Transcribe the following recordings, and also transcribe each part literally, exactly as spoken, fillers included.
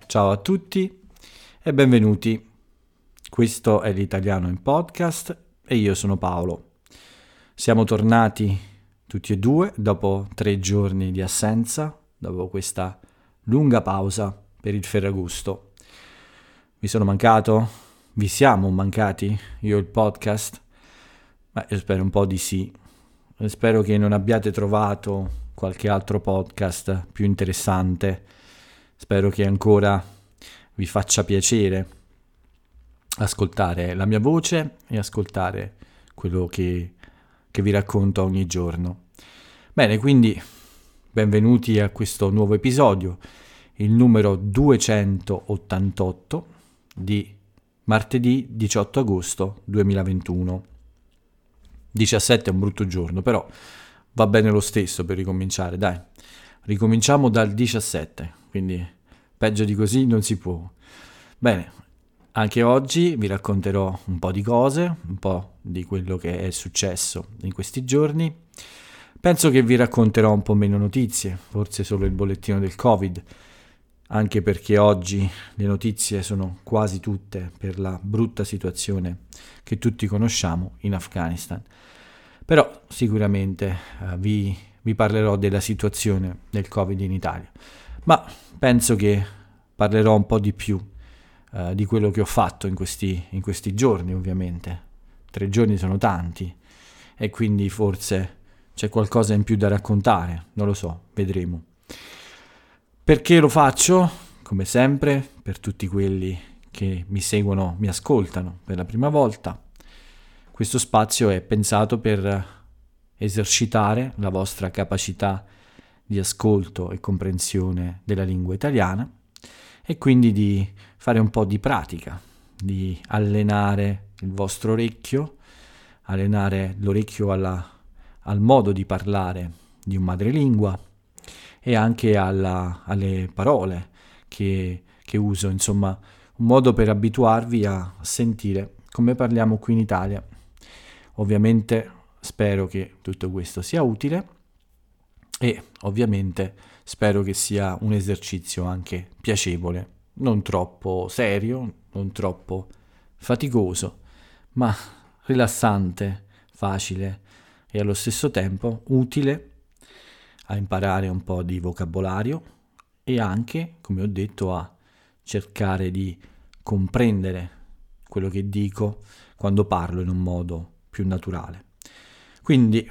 Ciao a tutti e benvenuti. Questo è l'Italiano in Podcast e io sono Paolo. Siamo tornati tutti e due dopo tre giorni di assenza, dopo questa lunga pausa per il Ferragosto. Vi sono mancato? Vi siamo mancati? Io e il podcast? Beh, io spero un po' di sì. Spero che non abbiate trovato qualche altro podcast più interessante. Spero che ancora vi faccia piacere ascoltare la mia voce e ascoltare quello che, che vi racconto ogni giorno. Bene, quindi benvenuti a questo nuovo episodio, il numero duecentottantotto di martedì diciotto agosto duemilaventuno. diciassette è un brutto giorno, però va bene lo stesso per ricominciare, dai. Ricominciamo dal diciassette, quindi peggio di così non si può. Bene, anche oggi vi racconterò un po' di cose, un po' di quello che è successo in questi giorni. Penso che vi racconterò un po' meno notizie, forse solo il bollettino del Covid, anche perché oggi le notizie sono quasi tutte per la brutta situazione che tutti conosciamo in Afghanistan. Però sicuramente uh, vi, vi parlerò della situazione del Covid in Italia, ma penso che parlerò un po' di più uh, di quello che ho fatto in questi, in questi giorni, ovviamente. Tre giorni sono tanti e quindi forse c'è qualcosa in più da raccontare, non lo so, vedremo. Perché lo faccio? Come sempre, per tutti quelli che mi seguono, mi ascoltano per la prima volta. Questo spazio è pensato per esercitare la vostra capacità di ascolto e comprensione della lingua italiana e quindi di fare un po' di pratica, di allenare il vostro orecchio, allenare l'orecchio alla, al modo di parlare di un madrelingua e anche alla, alle parole che, che uso, insomma, un modo per abituarvi a sentire come parliamo qui in Italia. Ovviamente spero che tutto questo sia utile e ovviamente spero che sia un esercizio anche piacevole, non troppo serio, non troppo faticoso, ma rilassante, facile e allo stesso tempo utile a imparare un po' di vocabolario e anche, come ho detto, a cercare di comprendere quello che dico quando parlo in un modo più naturale. Quindi,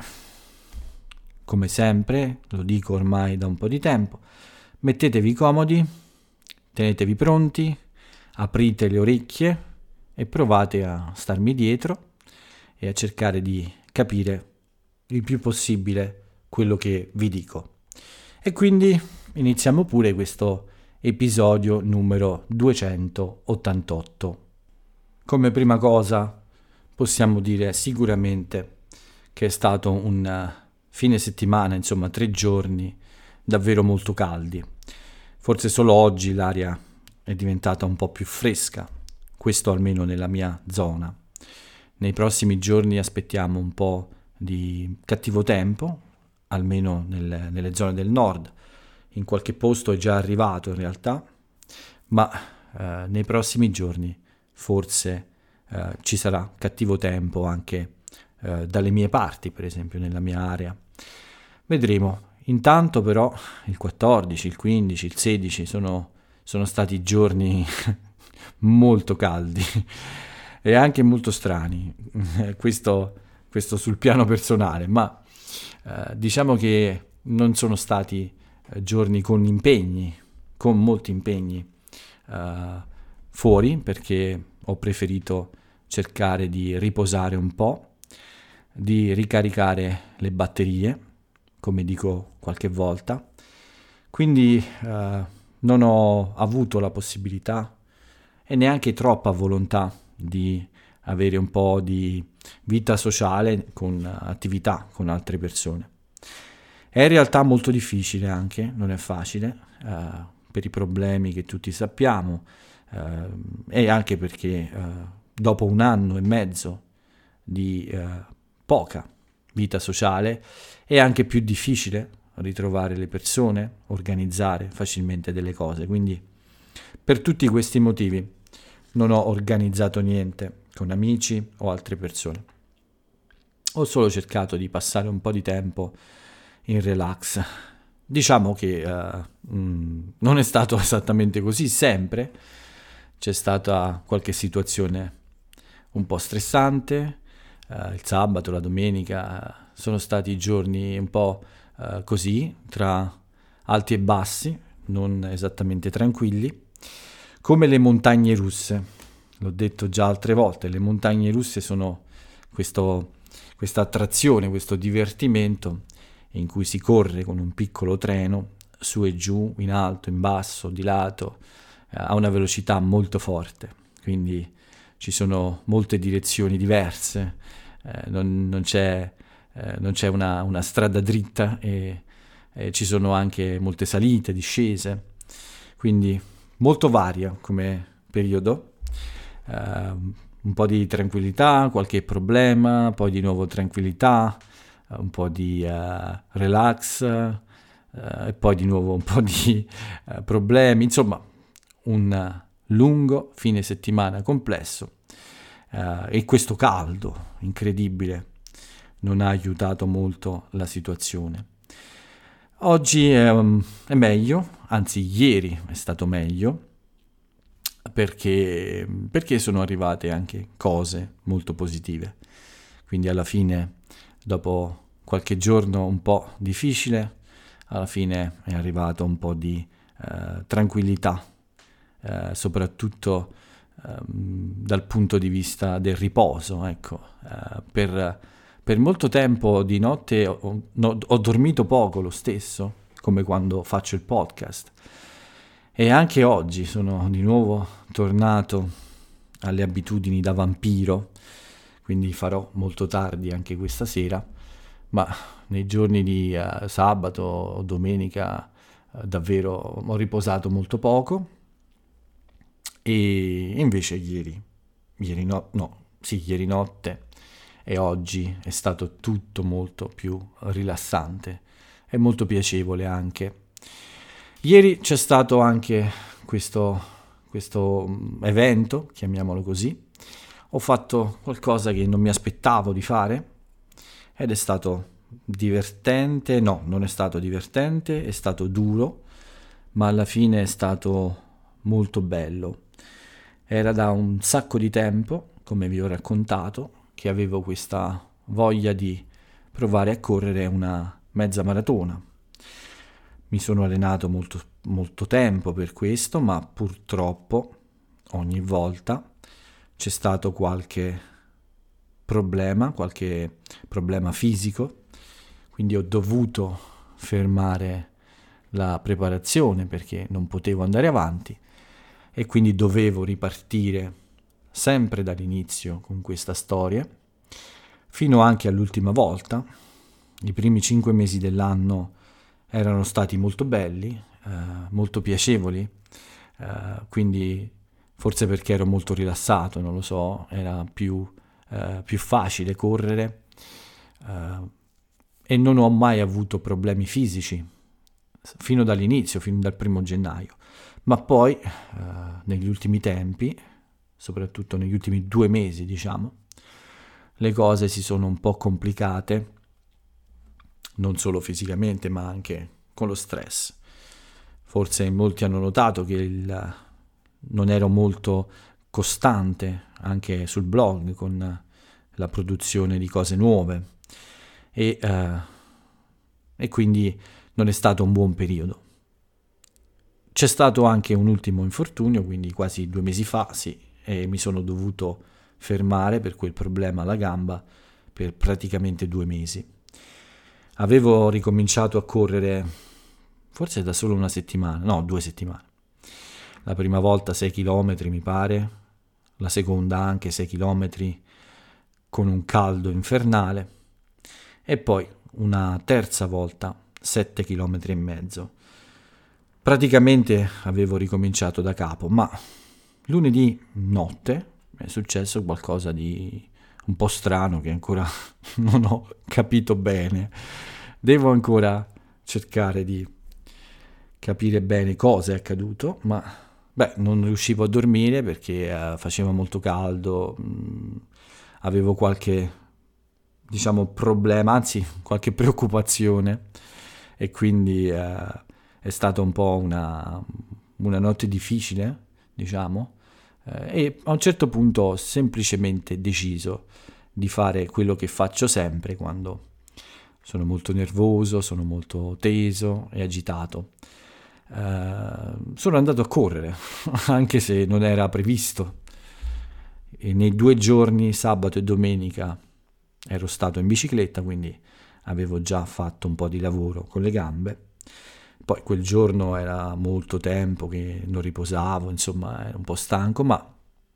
come sempre, lo dico ormai da un po' di tempo, mettetevi comodi, tenetevi pronti, aprite le orecchie e provate a starmi dietro e a cercare di capire il più possibile quello che vi dico. E quindi iniziamo pure questo episodio numero duecentottantotto. Come prima cosa possiamo dire sicuramente che è stato un fine settimana, insomma tre giorni davvero molto caldi. Forse solo oggi l'aria è diventata un po' più fresca, questo almeno nella mia zona. Nei prossimi giorni aspettiamo un po' di cattivo tempo, almeno nel, nelle zone del nord. In qualche posto è già arrivato in realtà, ma eh, nei prossimi giorni forse eh, ci sarà cattivo tempo anche eh, dalle mie parti, per esempio nella mia area. Vedremo. Intanto però il quattordici, il quindici, il sedici sono, sono stati giorni molto caldi e anche molto strani, questo, questo sul piano personale, ma eh, diciamo che non sono stati eh, giorni con impegni, con molti impegni eh, fuori, perché ho preferito cercare di riposare un po', di ricaricare le batterie, come dico qualche volta. Quindi eh, non ho avuto la possibilità e neanche troppa volontà di avere un po' di vita sociale con attività con altre persone. È in realtà molto difficile anche, non è facile, eh, per i problemi che tutti sappiamo eh, e anche perché eh, dopo un anno e mezzo di eh, poca vita sociale è anche più difficile ritrovare le persone, organizzare facilmente delle cose, quindi Per tutti questi motivi non ho organizzato niente con amici o altre persone. Ho solo cercato di passare un po' di tempo in relax. Diciamo che uh, mh, non è stato esattamente così sempre. C'è stata qualche situazione un po' stressante. Uh, il sabato, la domenica sono stati giorni un po' uh, così, tra alti e bassi, non esattamente tranquilli, come le montagne russe. L'ho detto già altre volte, le montagne russe sono questo, questa attrazione, questo divertimento in cui si corre con un piccolo treno su e giù, in alto, in basso, di lato, eh, a una velocità molto forte. Quindi ci sono molte direzioni diverse, eh, non, non c'è, eh, non c'è una, una strada dritta e, e ci sono anche molte salite, discese, quindi molto varia come periodo. Uh, un po' di tranquillità, qualche problema, poi di nuovo tranquillità, uh, un po' di uh, relax uh, e poi di nuovo un po' di uh, problemi, insomma un lungo fine settimana complesso uh, e questo caldo incredibile non ha aiutato molto la situazione. Oggi è, um, è meglio, anzi ieri è stato meglio, Perché, perché sono arrivate anche cose molto positive. Quindi alla fine, dopo qualche giorno un po' difficile, alla fine è arrivato un po' di eh, tranquillità, eh, soprattutto eh, dal punto di vista del riposo. Ecco, eh, per, per molto tempo di notte ho, no, ho dormito poco lo stesso, come quando faccio il podcast. E anche oggi sono di nuovo tornato alle abitudini da vampiro, quindi farò molto tardi anche questa sera, ma nei giorni di uh, sabato o domenica uh, davvero ho riposato molto poco e invece ieri, ieri no, no, sì, ieri notte e oggi è stato tutto molto più rilassante e molto piacevole anche. Ieri c'è stato anche questo, questo evento, chiamiamolo così. Ho fatto qualcosa che non mi aspettavo di fare ed è stato divertente. No, non è stato divertente, è stato duro, ma alla fine è stato molto bello. Era da un sacco di tempo, come vi ho raccontato, che avevo questa voglia di provare a correre una mezza maratona. Mi sono allenato molto, molto tempo per questo, ma purtroppo ogni volta c'è stato qualche problema, qualche problema fisico, quindi ho dovuto fermare la preparazione perché non potevo andare avanti e quindi dovevo ripartire sempre dall'inizio con questa storia, fino anche all'ultima volta. I primi cinque mesi dell'anno erano stati molto belli, eh, molto piacevoli, eh, quindi forse perché ero molto rilassato, non lo so, era più, eh, più facile correre eh, e non ho mai avuto problemi fisici fino dall'inizio, fino dal primo gennaio, ma poi eh, negli ultimi tempi, soprattutto negli ultimi due mesi diciamo, le cose si sono un po' complicate, non solo fisicamente ma anche con lo stress. Forse molti hanno notato che il, non ero molto costante anche sul blog con la produzione di cose nuove e, uh, e quindi non è stato un buon periodo. C'è stato anche un ultimo infortunio, quindi quasi due mesi fa, sì, e mi sono dovuto fermare per quel problema alla gamba per praticamente due mesi. Avevo ricominciato a correre forse da solo una settimana, no, due settimane. La prima volta sei chilometri mi pare, la seconda anche sei chilometri con un caldo infernale e poi una terza volta sette chilometri e mezzo. Praticamente avevo ricominciato da capo, ma lunedì notte è successo qualcosa di un po' strano che ancora non ho capito bene. Devo ancora cercare di capire bene cosa è accaduto, ma beh, non riuscivo a dormire perché eh, faceva molto caldo, mh, avevo qualche, diciamo, problema, anzi qualche preoccupazione e quindi eh, è stata un po' una, una notte difficile, diciamo, eh, e a un certo punto ho semplicemente deciso di fare quello che faccio sempre quando sono molto nervoso, sono molto teso e agitato. Eh, sono andato a correre, anche se non era previsto. E nei due giorni, sabato e domenica, ero stato in bicicletta, quindi avevo già fatto un po' di lavoro con le gambe. Poi quel giorno era molto tempo che non riposavo, insomma, ero un po' stanco, ma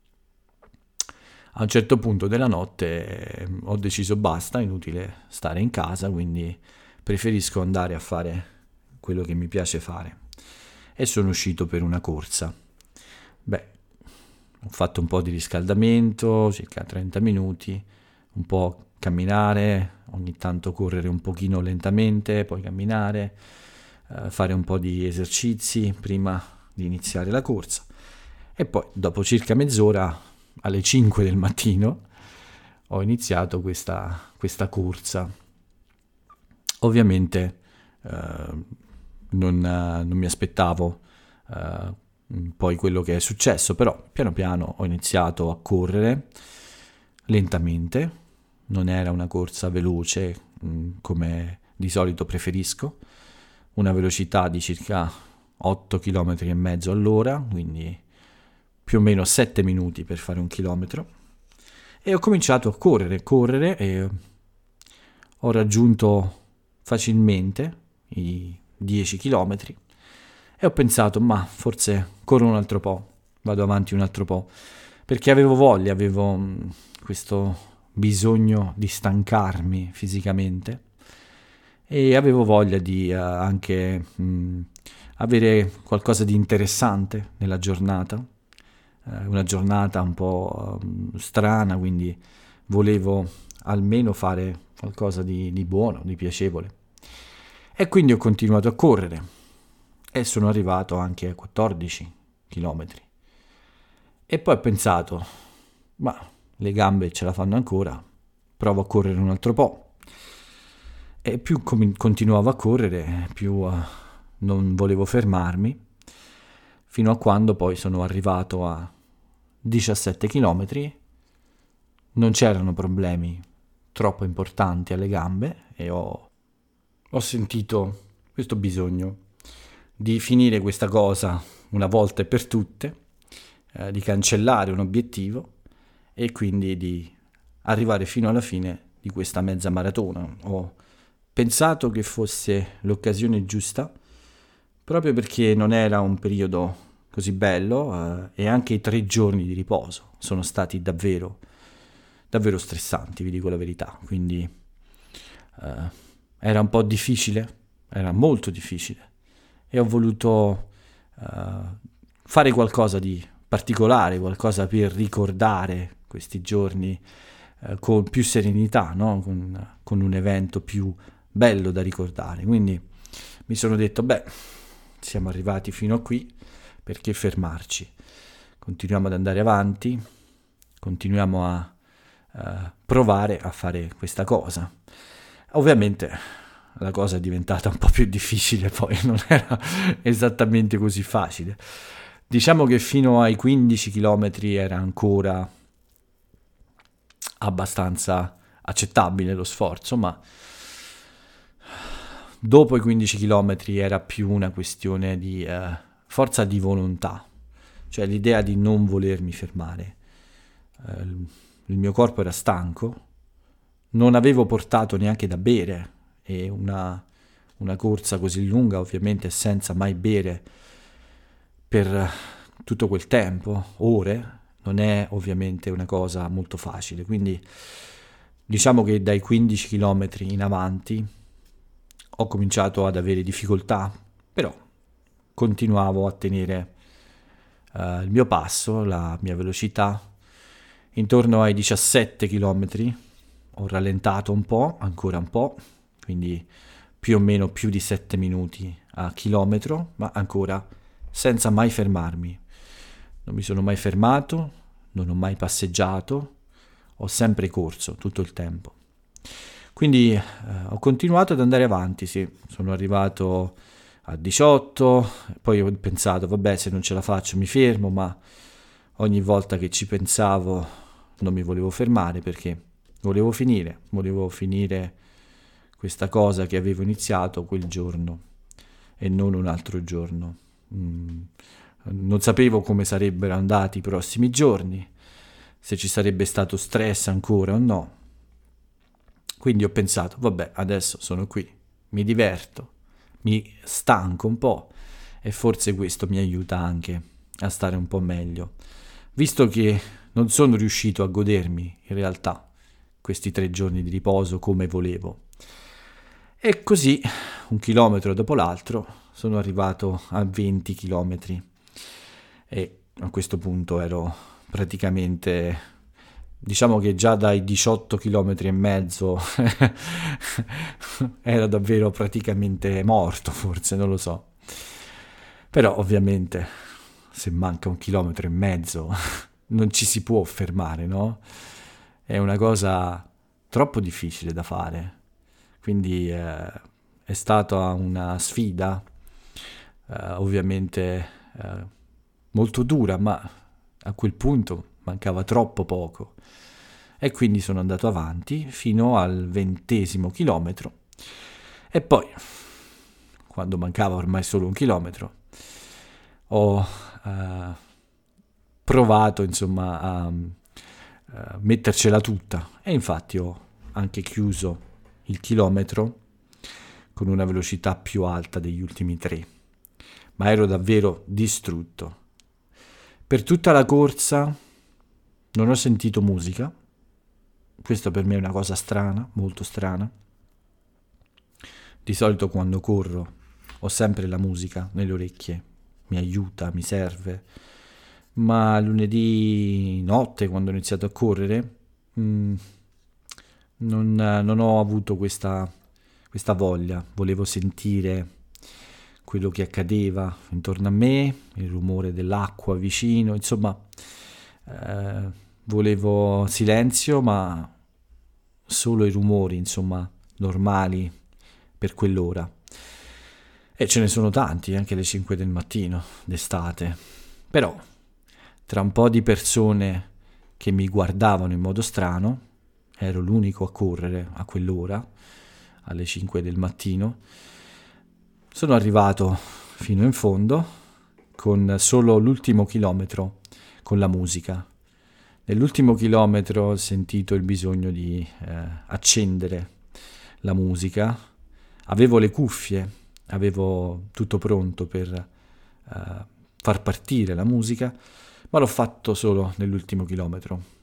a un certo punto della notte eh, ho deciso basta, inutile stare in casa, quindi preferisco andare a fare quello che mi piace fare. E sono uscito per una corsa. Beh, ho fatto un po' di riscaldamento, circa trenta minuti, un po' camminare, ogni tanto correre un pochino lentamente, poi camminare, eh, fare un po' di esercizi prima di iniziare la corsa. E poi, dopo circa mezz'ora, alle cinque del mattino, ho iniziato questa, questa corsa. Ovviamente eh, non, eh, non mi aspettavo eh, poi quello che è successo, però piano piano ho iniziato a correre lentamente, non era una corsa veloce mh, come di solito preferisco, una velocità di circa otto chilometri e mezzo all'ora, quindi più o meno sette minuti per fare un chilometro, e ho cominciato a correre, correre e ho raggiunto facilmente i dieci chilometri e ho pensato, ma forse corro un altro po', vado avanti un altro po', perché avevo voglia, avevo mh, questo bisogno di stancarmi fisicamente e avevo voglia di uh, anche mh, avere qualcosa di interessante nella giornata, uh, una giornata un po' um, strana, quindi volevo almeno fare qualcosa di, di buono, di piacevole. E quindi ho continuato a correre e sono arrivato anche a quattordici chilometri. E poi ho pensato, ma le gambe ce la fanno ancora, provo a correre un altro po'. E più com- continuavo a correre, più uh, non volevo fermarmi, fino a quando poi sono arrivato a diciassette chilometri, non c'erano problemi troppo importanti alle gambe e ho, ho sentito questo bisogno di finire questa cosa una volta e per tutte, eh, di cancellare un obiettivo e quindi di arrivare fino alla fine di questa mezza maratona. Ho pensato che fosse l'occasione giusta, proprio perché non era un periodo così bello eh, e anche i tre giorni di riposo sono stati davvero, davvero stressanti, vi dico la verità. Quindi eh, era un po' difficile, era molto difficile e ho voluto eh, fare qualcosa di particolare, qualcosa per ricordare questi giorni eh, con più serenità, no? con, con un evento più bello da ricordare. Quindi mi sono detto, beh, siamo arrivati fino a qui, perché fermarci? Continuiamo ad andare avanti, continuiamo a uh, provare a fare questa cosa. Ovviamente la cosa è diventata un po' più difficile, poi non era esattamente così facile. Diciamo che fino ai quindici chilometri era ancora abbastanza accettabile lo sforzo, ma dopo i quindici chilometri era più una questione di eh, forza di volontà, cioè l'idea di non volermi fermare. Eh, il mio corpo era stanco, non avevo portato neanche da bere e una, una corsa così lunga, ovviamente senza mai bere per tutto quel tempo, ore, non è ovviamente una cosa molto facile. Quindi diciamo che dai quindici chilometri in avanti ho cominciato ad avere difficoltà, però continuavo a tenere uh, il mio passo, la mia velocità. Intorno ai diciassette chilometri ho rallentato un po', ancora un po', quindi più o meno più di sette minuti a chilometro, ma ancora senza mai fermarmi. non mi sono mai fermato, non ho mai passeggiato, ho sempre corso tutto il tempo. Quindi eh, ho continuato ad andare avanti, sì, sono arrivato a diciotto, poi ho pensato, vabbè, se non ce la faccio mi fermo, ma ogni volta che ci pensavo non mi volevo fermare perché volevo finire, volevo finire questa cosa che avevo iniziato quel giorno e non un altro giorno. Mm, non sapevo come sarebbero andati i prossimi giorni, se ci sarebbe stato stress ancora o no. Quindi ho pensato, vabbè, adesso sono qui, mi diverto, mi stanco un po' e forse questo mi aiuta anche a stare un po' meglio, visto che non sono riuscito a godermi in realtà questi tre giorni di riposo come volevo. E così, un chilometro dopo l'altro, sono arrivato a venti chilometri e a questo punto ero praticamente, diciamo che già dai diciotto chilometri e mezzo era davvero praticamente morto, forse, non lo so. Però ovviamente se manca un chilometro e mezzo non ci si può fermare, no? È una cosa troppo difficile da fare. Quindi eh, è stata una sfida, eh, ovviamente eh, molto dura, ma a quel punto mancava troppo poco. E quindi sono andato avanti fino al ventesimo chilometro. E poi, quando mancava ormai solo un chilometro, ho eh, provato insomma a, a mettercela tutta. E infatti ho anche chiuso il chilometro con una velocità più alta degli ultimi tre, ma ero davvero distrutto. Per tutta la corsa non ho sentito musica, questo per me è una cosa strana, molto strana. Di solito quando corro ho sempre la musica nelle orecchie, mi aiuta, mi serve, ma lunedì notte quando ho iniziato a correre mh, Non, non ho avuto questa, questa voglia, volevo sentire quello che accadeva intorno a me, il rumore dell'acqua vicino, insomma, eh, volevo silenzio, ma solo i rumori, insomma, normali per quell'ora. E ce ne sono tanti, anche alle cinque del mattino, d'estate. Però, tra un po' di persone che mi guardavano in modo strano, ero l'unico a correre a quell'ora, alle cinque del mattino. Sono arrivato fino in fondo con solo l'ultimo chilometro con la musica. Nell'ultimo chilometro ho sentito il bisogno di eh, accendere la musica. Avevo le cuffie, avevo tutto pronto per eh, far partire la musica, ma l'ho fatto solo nell'ultimo chilometro.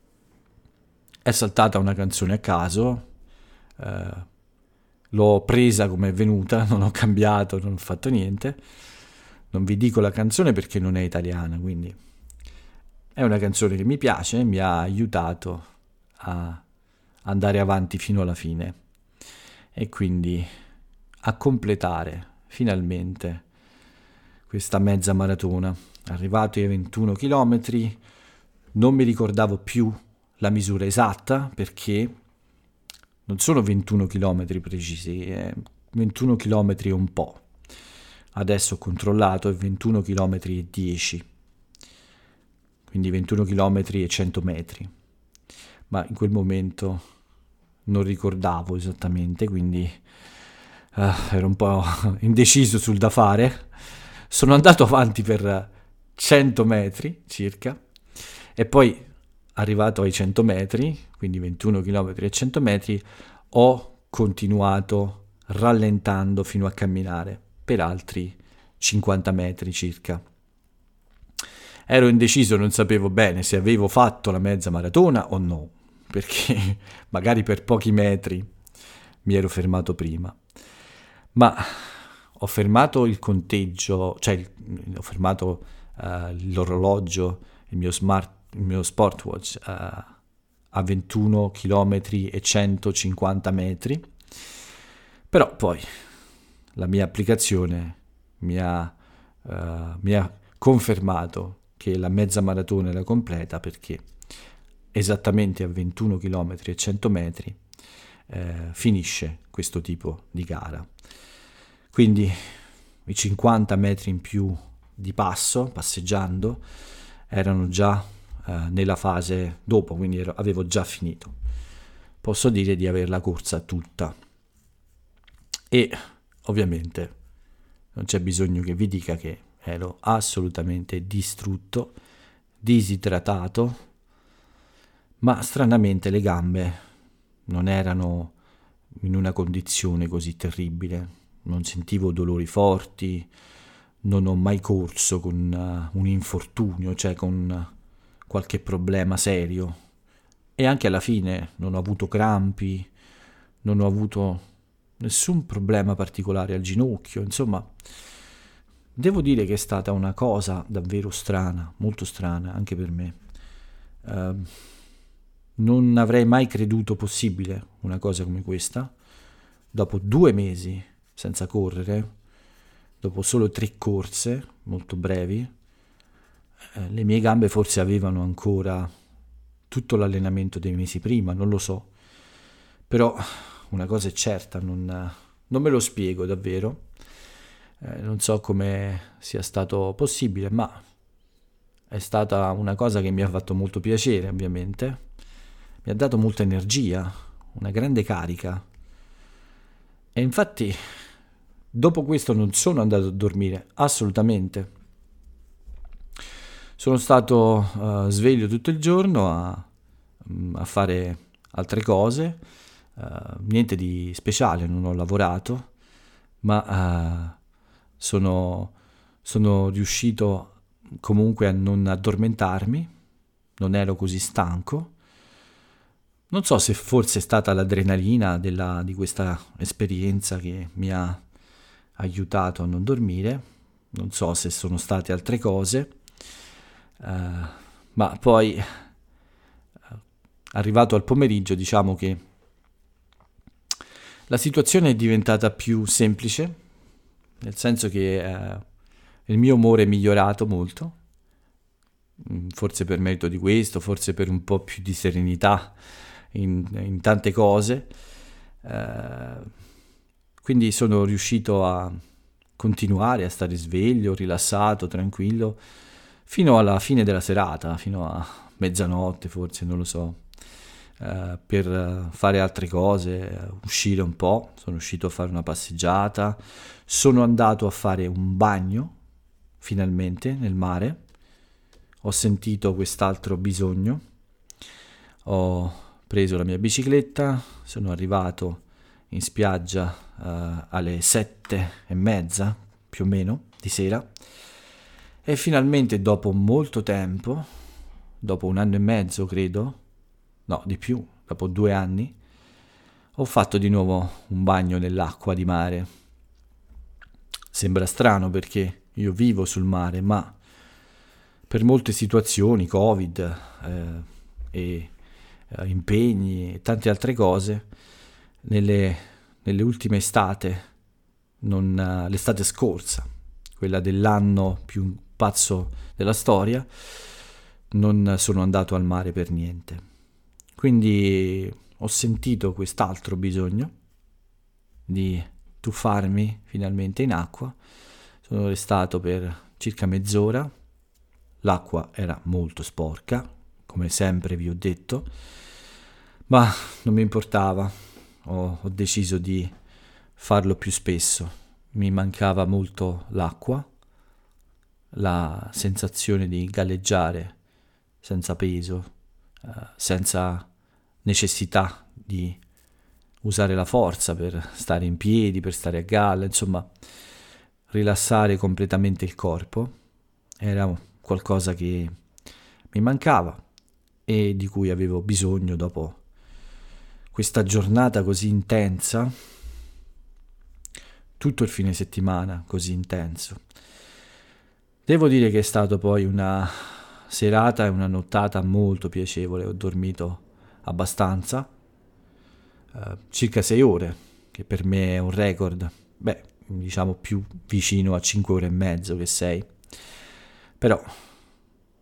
È saltata una canzone a caso, eh, l'ho presa come è venuta, non ho cambiato, non ho fatto niente. Non vi dico la canzone perché non è italiana, quindi è una canzone che mi piace, mi ha aiutato a andare avanti fino alla fine e quindi a completare finalmente questa mezza maratona. Arrivato ai ventuno chilometri, non mi ricordavo più la misura esatta perché non sono ventuno chilometri precisi, è ventuno chilometri e un po'. Adesso ho controllato, è ventuno chilometri e dieci, quindi ventuno chilometri e cento metri, ma in quel momento non ricordavo esattamente, quindi uh, ero un po' indeciso sul da fare. Sono andato avanti per cento metri circa e poi arrivato ai cento metri, quindi ventuno chilometri e cento metri, ho continuato rallentando fino a camminare per altri cinquanta metri circa. Ero indeciso, non sapevo bene se avevo fatto la mezza maratona o no, perché magari per pochi metri mi ero fermato prima. Ma ho fermato il conteggio, cioè il, ho fermato uh, l'orologio, il mio smart il mio Sportwatch uh, a ventuno chilometri e centocinquanta metri, però poi la mia applicazione mi ha, uh, mi ha confermato che la mezza maratona era completa, perché esattamente a ventuno chilometri e cento metri eh, finisce questo tipo di gara. Quindi i cinquanta metri in più di passo, passeggiando, erano già eh, nella fase dopo, quindi ero, avevo già finito. Posso dire di averla corsa tutta. E ovviamente non c'è bisogno che vi dica che ero assolutamente distrutto, disidratato, ma stranamente le gambe non erano in una condizione così terribile. Non sentivo dolori forti, non ho mai corso con uh, un infortunio, cioè con uh, qualche problema serio. E anche alla fine non ho avuto crampi, non ho avuto nessun problema particolare al ginocchio. Insomma, devo dire che è stata una cosa davvero strana, molto strana anche per me. Uh, non avrei mai creduto possibile una cosa come questa. Dopo due mesi senza correre, dopo solo tre corse molto brevi, eh, le mie gambe forse avevano ancora tutto l'allenamento dei mesi prima, non lo so. Però una cosa è certa, non, non me lo spiego davvero. Eh, non so come sia stato possibile, ma è stata una cosa che mi ha fatto molto piacere, ovviamente. Mi ha dato molta energia, una grande carica. E infatti dopo questo non sono andato a dormire, assolutamente. Sono stato uh, sveglio tutto il giorno a, a fare altre cose, uh, niente di speciale, non ho lavorato, ma uh, sono, sono riuscito comunque a non addormentarmi, non ero così stanco. Non so se forse è stata l'adrenalina della, di questa esperienza che mi ha aiutato a non dormire, non so se sono state altre cose, uh, ma poi uh, arrivato al pomeriggio diciamo che la situazione è diventata più semplice, nel senso che uh, il mio umore è migliorato molto, forse per merito di questo, forse per un po' più di serenità in, in tante cose. Uh, quindi sono riuscito a continuare a stare sveglio, rilassato, tranquillo, fino alla fine della serata, fino a mezzanotte forse, non lo so, uh, per fare altre cose, uscire un po'. Sono uscito a fare una passeggiata, sono andato a fare un bagno, finalmente, nel mare. Ho sentito quest'altro bisogno, ho preso la mia bicicletta, sono arrivato in spiaggia uh, alle sette e mezza più o meno di sera e finalmente dopo molto tempo, dopo un anno e mezzo credo, no di più, dopo due anni, ho fatto di nuovo un bagno nell'acqua di mare. Sembra strano perché io vivo sul mare, ma per molte situazioni, Covid eh, e eh, impegni e tante altre cose, nelle, nelle ultime estate, non, uh, l'estate scorsa, quella dell'anno più pazzo della storia, non sono andato al mare per niente. Quindi ho sentito quest'altro bisogno di tuffarmi finalmente in acqua. Sono restato per circa mezz'ora. L'acqua era molto sporca, come sempre vi ho detto, ma non mi importava. Ho, ho deciso di farlo più spesso. Mi mancava molto l'acqua, la sensazione di galleggiare senza peso, eh, senza necessità di usare la forza per stare in piedi, per stare a galla, insomma, rilassare completamente il corpo. Era qualcosa che mi mancava e di cui avevo bisogno dopo questa giornata così intensa, tutto il fine settimana così intenso. Devo dire che è stato poi una serata e una nottata molto piacevole. Ho dormito abbastanza, eh, circa sei ore, che per me è un record, beh, diciamo più vicino a cinque ore e mezzo che sei, però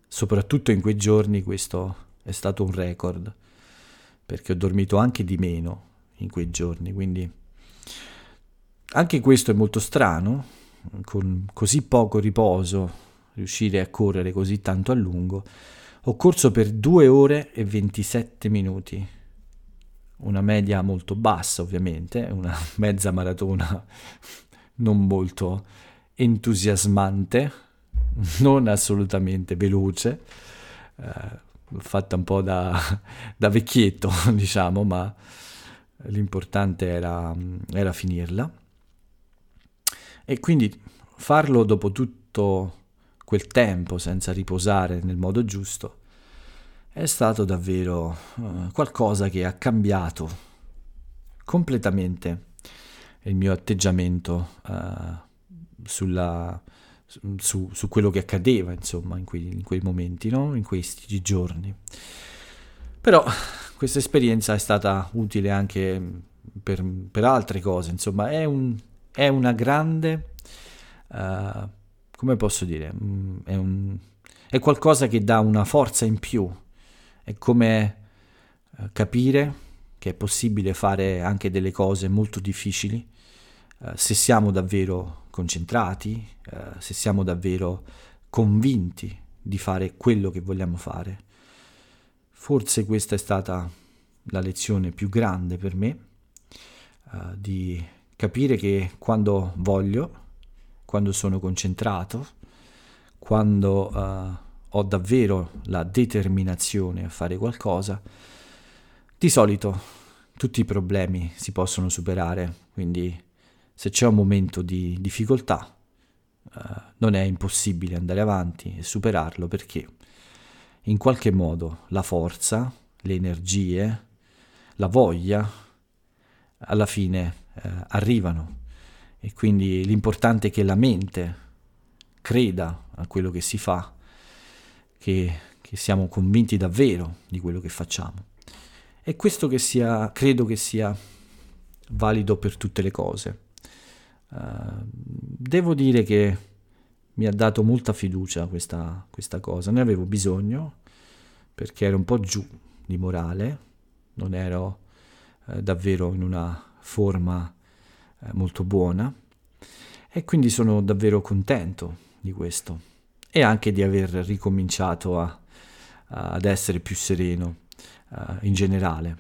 soprattutto in quei giorni questo è stato un record, perché ho dormito anche di meno in quei giorni, quindi anche questo è molto strano, con così poco riposo, riuscire a correre così tanto a lungo. Ho corso per due ore e ventisette minuti, una media molto bassa ovviamente, una mezza maratona non molto entusiasmante, non assolutamente veloce, eh, l'ho fatta un po' da, da vecchietto, diciamo, ma l'importante era, era finirla. E quindi farlo dopo tutto quel tempo senza riposare nel modo giusto è stato davvero uh, qualcosa che ha cambiato completamente il mio atteggiamento uh, sulla, su, su quello che accadeva, insomma, in quei, in quei momenti, no? In questi giorni. Però questa esperienza è stata utile anche per, per altre cose, insomma, è, un, è una grande, uh, come posso dire, è, un, è qualcosa che dà una forza in più, è come uh, capire che è possibile fare anche delle cose molto difficili, uh, se siamo davvero concentrati, uh, se siamo davvero convinti di fare quello che vogliamo fare. Forse questa è stata la lezione più grande per me, uh, di capire che quando voglio, quando sono concentrato, quando uh, ho davvero la determinazione a fare qualcosa, di solito tutti i problemi si possono superare, quindi se c'è un momento di difficoltà uh, non è impossibile andare avanti e superarlo, perché in qualche modo la forza, le energie, la voglia alla fine eh, arrivano, e quindi l'importante è che la mente creda a quello che si fa, che, che siamo convinti davvero di quello che facciamo. E questo che sia, credo che sia valido per tutte le cose. Uh, devo dire che mi ha dato molta fiducia questa, questa cosa, ne avevo bisogno perché ero un po' giù di morale, non ero eh, davvero in una forma eh, molto buona, e quindi sono davvero contento di questo e anche di aver ricominciato a, a, ad essere più sereno uh, in generale.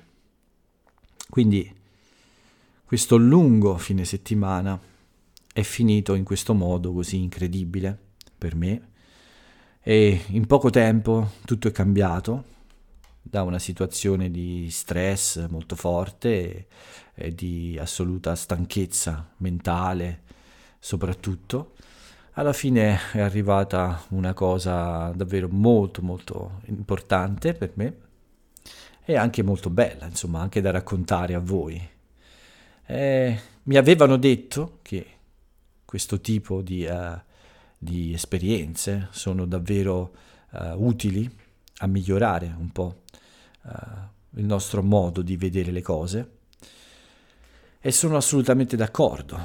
Quindi questo lungo fine settimana è finito in questo modo così incredibile per me, e in poco tempo tutto è cambiato, da una situazione di stress molto forte e, e di assoluta stanchezza mentale soprattutto. Alla fine è arrivata una cosa davvero molto molto importante per me e anche molto bella, insomma, anche da raccontare a voi. E mi avevano detto che questo tipo di, uh, di esperienze sono davvero uh, utili a migliorare un po' uh, il nostro modo di vedere le cose, e sono assolutamente d'accordo.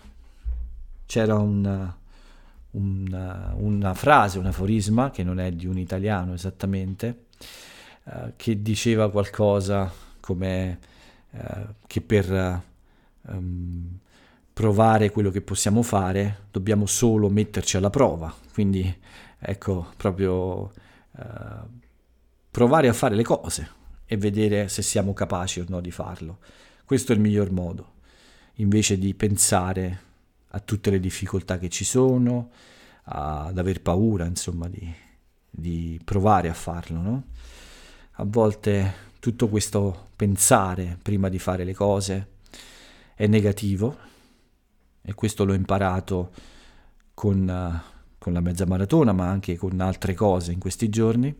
C'era una, una, una frase, un aforisma che non è di un italiano esattamente, uh, che diceva qualcosa come uh, che per uh, um, provare quello che possiamo fare dobbiamo solo metterci alla prova. Quindi ecco, proprio uh, provare a fare le cose e vedere se siamo capaci o no di farlo. Questo è il miglior modo, invece di pensare a tutte le difficoltà che ci sono, ad aver paura, insomma, di, di provare a farlo, no? A volte tutto questo pensare prima di fare le cose è negativo, e questo l'ho imparato con, uh, con la mezza maratona, ma anche con altre cose in questi giorni.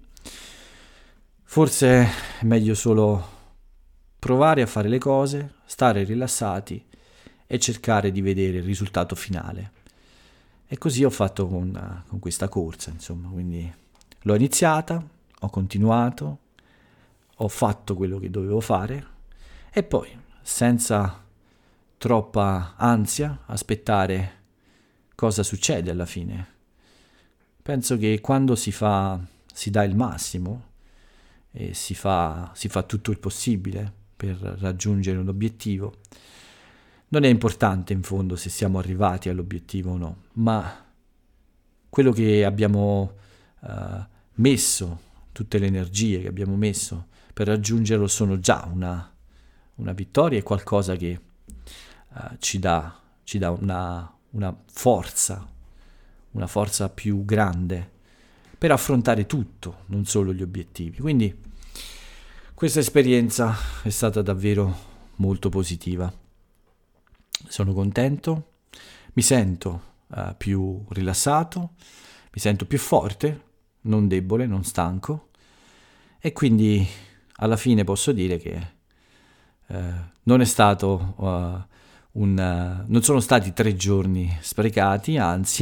Forse è meglio solo provare a fare le cose, stare rilassati e cercare di vedere il risultato finale. E così ho fatto con, uh, con questa corsa, insomma. Quindi l'ho iniziata, ho continuato, ho fatto quello che dovevo fare, e poi, senza troppa ansia, aspettare cosa succede alla fine. Penso che quando si fa si dà il massimo e si fa, si fa tutto il possibile per raggiungere un obiettivo. Non è importante in fondo se siamo arrivati all'obiettivo o no, ma quello che abbiamo uh, messo, tutte le energie che abbiamo messo per raggiungerlo sono già una, una vittoria e qualcosa che uh, ci dà, ci dà una, una forza, una forza più grande per affrontare tutto, non solo gli obiettivi. Quindi questa esperienza è stata davvero molto positiva. Sono contento, mi sento uh, più rilassato, mi sento più forte, non debole, non stanco, e quindi alla fine posso dire che uh, non è stato uh, un, uh, non sono stati tre giorni sprecati, anzi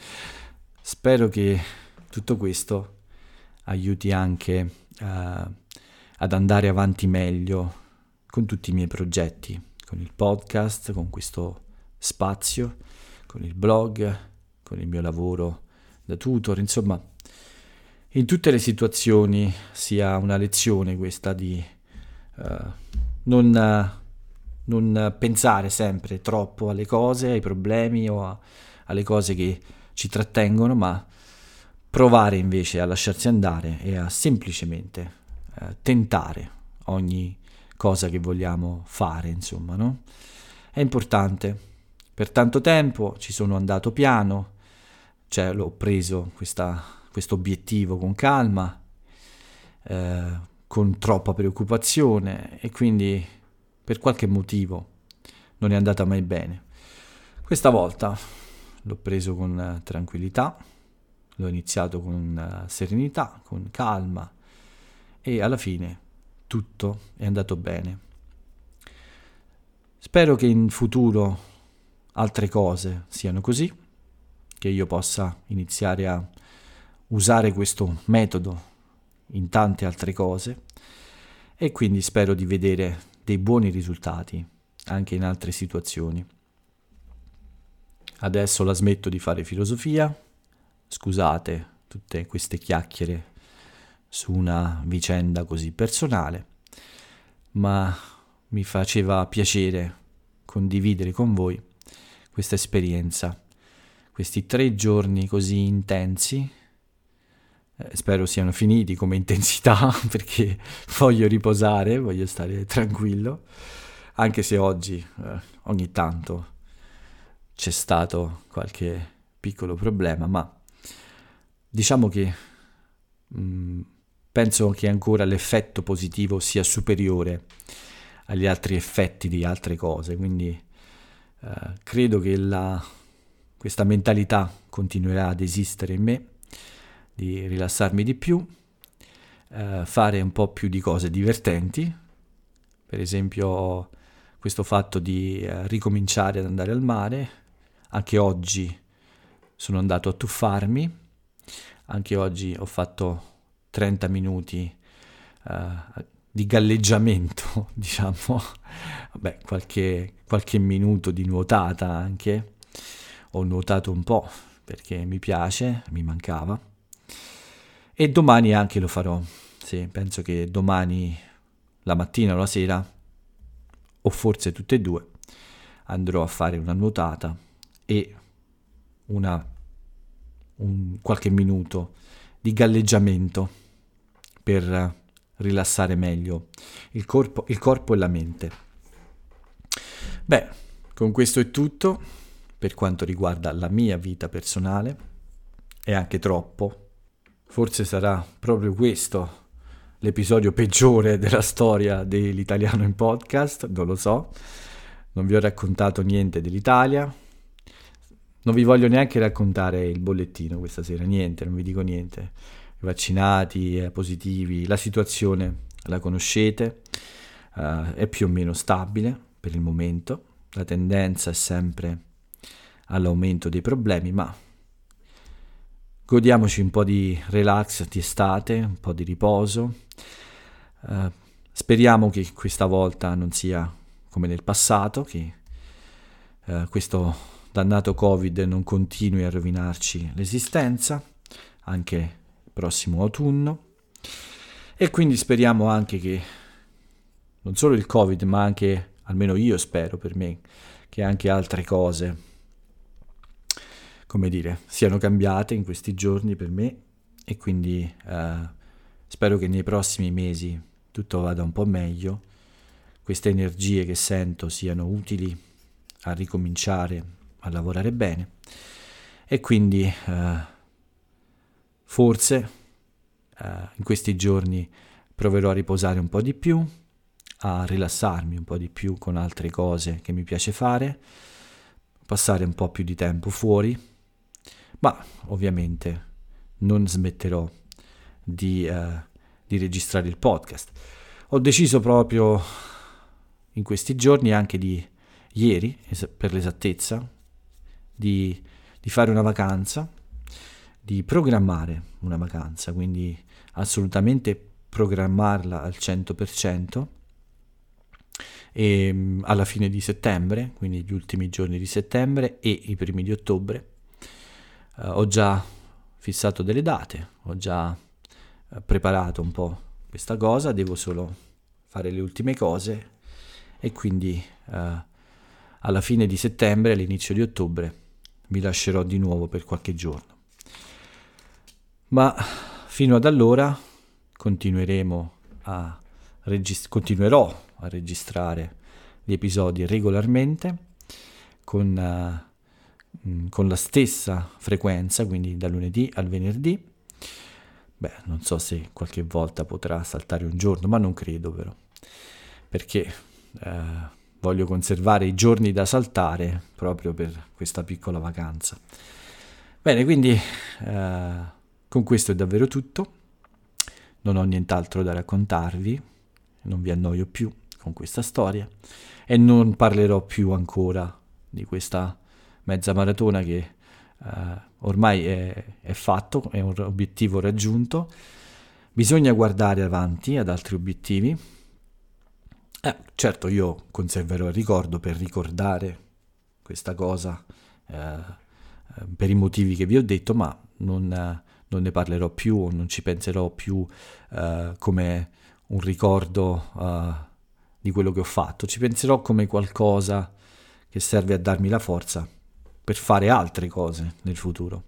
spero che tutto questo aiuti anche uh, ad andare avanti meglio con tutti i miei progetti, con il podcast, con questo spazio, con il blog, con il mio lavoro da tutor, insomma, in tutte le situazioni sia una lezione questa di uh, non, uh, non pensare sempre troppo alle cose, ai problemi o a, alle cose che ci trattengono, ma provare invece a lasciarsi andare e a semplicemente uh, tentare ogni cosa che vogliamo fare, insomma, no? È importante. Per tanto tempo ci sono andato piano, cioè l'ho preso questa, questo obiettivo con calma, eh, con troppa preoccupazione, e quindi per qualche motivo non è andata mai bene. Questa volta l'ho preso con tranquillità, l'ho iniziato con serenità, con calma, e alla fine tutto è andato bene. Spero che in futuro altre cose siano così, che io possa iniziare a usare questo metodo in tante altre cose, e quindi spero di vedere dei buoni risultati anche in altre situazioni. Adesso la smetto di fare filosofia, scusate tutte queste chiacchiere su una vicenda così personale, ma mi faceva piacere condividere con voi questa esperienza, questi tre giorni così intensi. Eh, spero siano finiti come intensità, perché voglio riposare, voglio stare tranquillo, anche se oggi eh, ogni tanto c'è stato qualche piccolo problema, ma diciamo che mh, penso che ancora l'effetto positivo sia superiore agli altri effetti di altre cose, quindi eh, credo che la, questa mentalità continuerà ad esistere in me, di rilassarmi di più, eh, fare un po' più di cose divertenti, per esempio questo fatto di eh, ricominciare ad andare al mare. Anche oggi sono andato a tuffarmi, anche oggi ho fatto trenta minuti uh, di galleggiamento, diciamo, vabbè, qualche, qualche minuto di nuotata anche, ho nuotato un po' perché mi piace, mi mancava, e domani anche lo farò, sì, penso che domani la mattina o la sera, o forse tutte e due, andrò a fare una nuotata e una, un, qualche minuto di galleggiamento per rilassare meglio il corpo, il corpo e la mente. Beh, con questo è tutto per quanto riguarda la mia vita personale, e anche troppo. Forse sarà proprio questo l'episodio peggiore della storia dell'Italiano in Podcast, non lo so. Non vi ho raccontato niente dell'Italia. Non vi voglio neanche raccontare il bollettino questa sera, niente, non vi dico niente. I vaccinati, eh, positivi, la situazione la conoscete, uh, è più o meno stabile per il momento, la tendenza è sempre all'aumento dei problemi, ma godiamoci un po' di relax di estate, un po' di riposo. Uh, speriamo che questa volta non sia come nel passato, che uh, questo dannato Covid non continui a rovinarci l'esistenza, anche prossimo autunno, e quindi speriamo anche che non solo il Covid, ma anche, almeno io spero per me, che anche altre cose, come dire, siano cambiate in questi giorni per me, e quindi eh, spero che nei prossimi mesi tutto vada un po' meglio, queste energie che sento siano utili a ricominciare a lavorare bene, e quindi eh, forse eh, in questi giorni proverò a riposare un po' di più, a rilassarmi un po' di più con altre cose che mi piace fare, passare un po' più di tempo fuori, ma ovviamente non smetterò di, eh, di registrare il podcast. Ho deciso proprio in questi giorni, anche di ieri es- per l'esattezza, di, di fare una vacanza, di programmare una vacanza, quindi assolutamente programmarla al cento per cento, e alla fine di settembre, quindi gli ultimi giorni di settembre e i primi di ottobre. Uh, ho già fissato delle date, ho già uh, preparato un po' questa cosa, devo solo fare le ultime cose, e quindi uh, alla fine di settembre, all'inizio di ottobre, vi lascerò di nuovo per qualche giorno. Ma fino ad allora continueremo a regist- continuerò a registrare gli episodi regolarmente con, uh, con la stessa frequenza, quindi da lunedì al venerdì. Beh, non so se qualche volta potrà saltare un giorno, ma non credo però, perché uh, voglio conservare i giorni da saltare proprio per questa piccola vacanza. Bene, quindi uh, con questo è davvero tutto. Non ho nient'altro da raccontarvi, non vi annoio più con questa storia, e non parlerò più ancora di questa mezza maratona che uh, ormai è, è fatto, è un obiettivo raggiunto. Bisogna guardare avanti ad altri obiettivi. Eh, certo, io conserverò il ricordo per ricordare questa cosa eh, per i motivi che vi ho detto, ma non, eh, non ne parlerò più, non ci penserò più eh, come un ricordo eh, di quello che ho fatto. Ci penserò come qualcosa che serve a darmi la forza per fare altre cose nel futuro.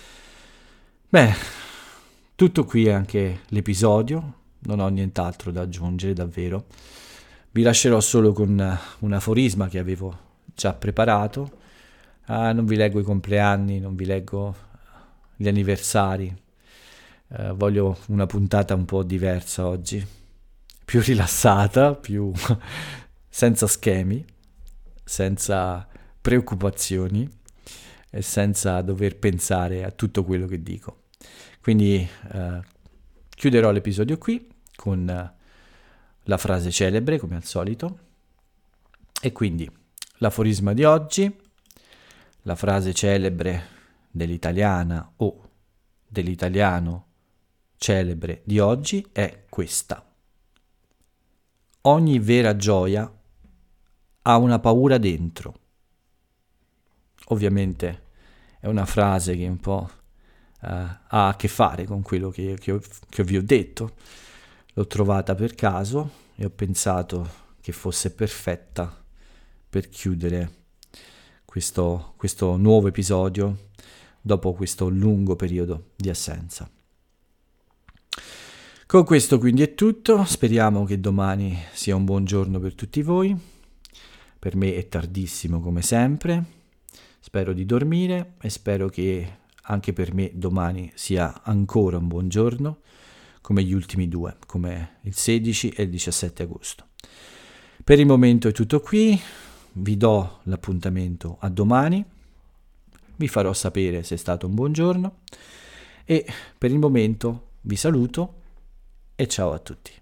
Beh, tutto qui è anche l'episodio, non ho nient'altro da aggiungere davvero. Vi lascerò solo con un aforisma che avevo già preparato. Ah, non vi leggo i compleanni, non vi leggo gli anniversari. Eh, voglio una puntata un po' diversa oggi, più rilassata, più senza schemi, senza preoccupazioni e senza dover pensare a tutto quello che dico. Quindi eh, chiuderò l'episodio qui con eh, la frase celebre, come al solito, e quindi l'aforisma di oggi, la frase celebre dell'italiana o dell'italiano celebre di oggi è questa: ogni vera gioia ha una paura dentro. Ovviamente è una frase che un po' uh, ha a che fare con quello che, che, ho, che vi ho detto. L'ho trovata per caso e ho pensato che fosse perfetta per chiudere questo, questo nuovo episodio dopo questo lungo periodo di assenza. Con questo quindi è tutto, speriamo che domani sia un buon giorno per tutti voi. Per me è tardissimo come sempre, spero di dormire e spero che anche per me domani sia ancora un buon giorno, come gli ultimi due, come il sedici e il diciassette agosto. Per il momento è tutto qui, vi do l'appuntamento a domani, vi farò sapere se è stato un buon giorno e per il momento vi saluto e ciao a tutti.